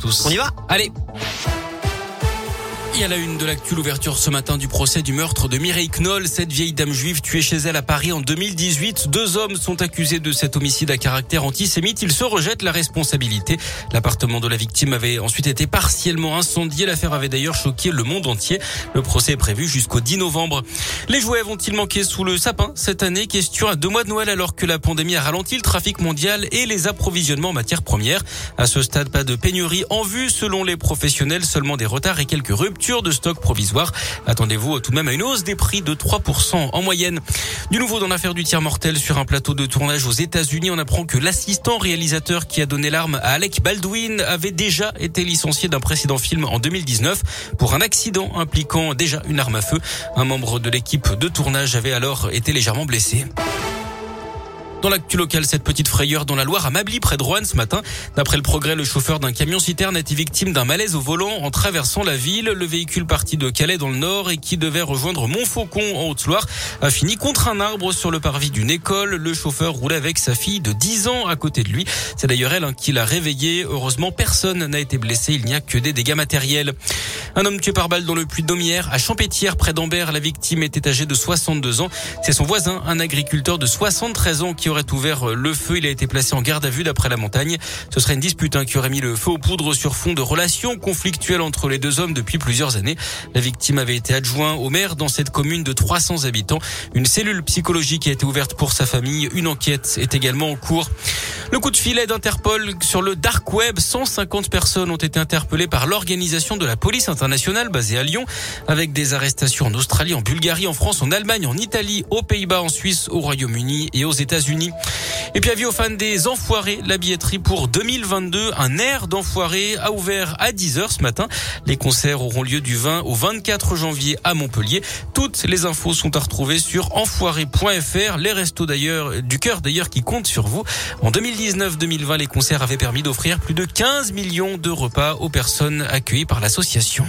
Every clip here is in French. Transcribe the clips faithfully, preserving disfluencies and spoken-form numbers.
tous. On y va ? Allez. Et à la une de l'actu, l'ouverture ce matin du procès du meurtre de Mireille Knoll, cette vieille dame juive tuée chez elle à Paris en deux mille dix-huit. Deux hommes sont accusés de cet homicide à caractère antisémite. Ils se rejettent la responsabilité. L'appartement de la victime avait ensuite été partiellement incendié. L'affaire avait d'ailleurs choqué le monde entier. Le procès est prévu jusqu'au dix novembre. Les jouets vont-ils manquer sous le sapin cette année? Question à deux mois de Noël alors que la pandémie a ralenti le trafic mondial et les approvisionnements en matières premières. À ce stade, pas de pénurie en vue selon les professionnels, seulement des retards et quelques ruptures de stock provisoire. Attendez-vous tout de même à une hausse des prix de trois pour cent en moyenne. Du nouveau dans l'affaire du tir mortel sur un plateau de tournage aux États-Unis, on apprend que l'assistant réalisateur qui a donné l'arme à Alec Baldwin avait déjà été licencié d'un précédent film en deux mille dix-neuf pour un accident impliquant déjà une arme à feu. Un membre de l'équipe de tournage avait alors été légèrement blessé. Dans l'actu locale, cette petite frayeur dans la Loire à Mably, près de Roanne ce matin. D'après le Progrès, le chauffeur d'un camion-citerne a été victime d'un malaise au volant en traversant la ville. Le véhicule parti de Calais dans le nord et qui devait rejoindre Montfaucon en Haute-Loire a fini contre un arbre sur le parvis d'une école. Le chauffeur roulait avec sa fille de dix ans à côté de lui. C'est d'ailleurs elle hein, qui l'a réveillé. Heureusement, personne n'a été blessé. Il n'y a que des dégâts matériels. Un homme tué par balle dans le Puy-de-Dôme hier à Champétière, près d'Ambert. La victime était âgée de soixante-deux ans. C'est son voisin, un agriculteur de soixante-treize ans, qui aurait ouvert le feu. Il a été placé en garde à vue d'après la montagne. Ce serait une dispute hein, qui aurait mis le feu aux poudres sur fond de relations conflictuelles entre les deux hommes depuis plusieurs années. La victime avait été adjoint au maire dans cette commune de trois cents habitants. Une cellule psychologique a été ouverte pour sa famille. Une enquête est également en cours. Le coup de filet d'Interpol sur le dark web. cent cinquante personnes ont été interpellées par l'organisation de la police internationale basée à Lyon, avec des arrestations en Australie, en Bulgarie, en France, en Allemagne, en Italie, aux Pays-Bas, en Suisse, au Royaume-Uni et aux États-Unis. Et puis avis aux fans des Enfoirés, la billetterie pour deux mille vingt-deux, un air d'Enfoirés a ouvert à dix heures ce matin. Les concerts auront lieu du vingt au vingt-quatre janvier à Montpellier. Toutes les infos sont à retrouver sur enfoiré point f r. Les restos d'ailleurs, du cœur d'ailleurs qui comptent sur vous. En deux mille dix-neuf deux mille vingt, les concerts avaient permis d'offrir plus de quinze millions de repas aux personnes accueillies par l'association.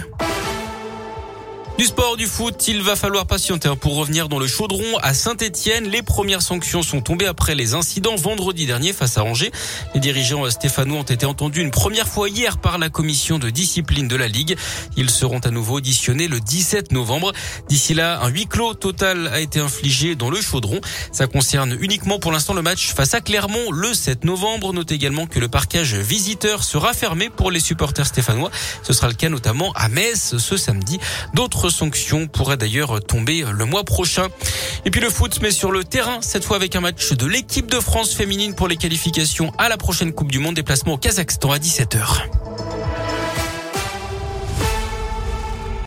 Du sport, du foot, il va falloir patienter pour revenir dans le chaudron à Saint-Etienne. Les premières sanctions sont tombées après les incidents vendredi dernier face à Angers. Les dirigeants stéphanois ont été entendus une première fois hier par la commission de discipline de la Ligue. Ils seront à nouveau auditionnés le dix-sept novembre. D'ici là, un huis clos total a été infligé dans le chaudron. Ça concerne uniquement pour l'instant le match face à Clermont le sept novembre. Notez également que le parquage visiteur sera fermé pour les supporters stéphanois. Ce sera le cas notamment à Metz ce samedi. D'autres sanctions pourraient d'ailleurs tomber le mois prochain. Et puis le foot, mais sur le terrain, cette fois avec un match de l'équipe de France féminine pour les qualifications à la prochaine Coupe du Monde. Déplacement au Kazakhstan à dix-sept heures.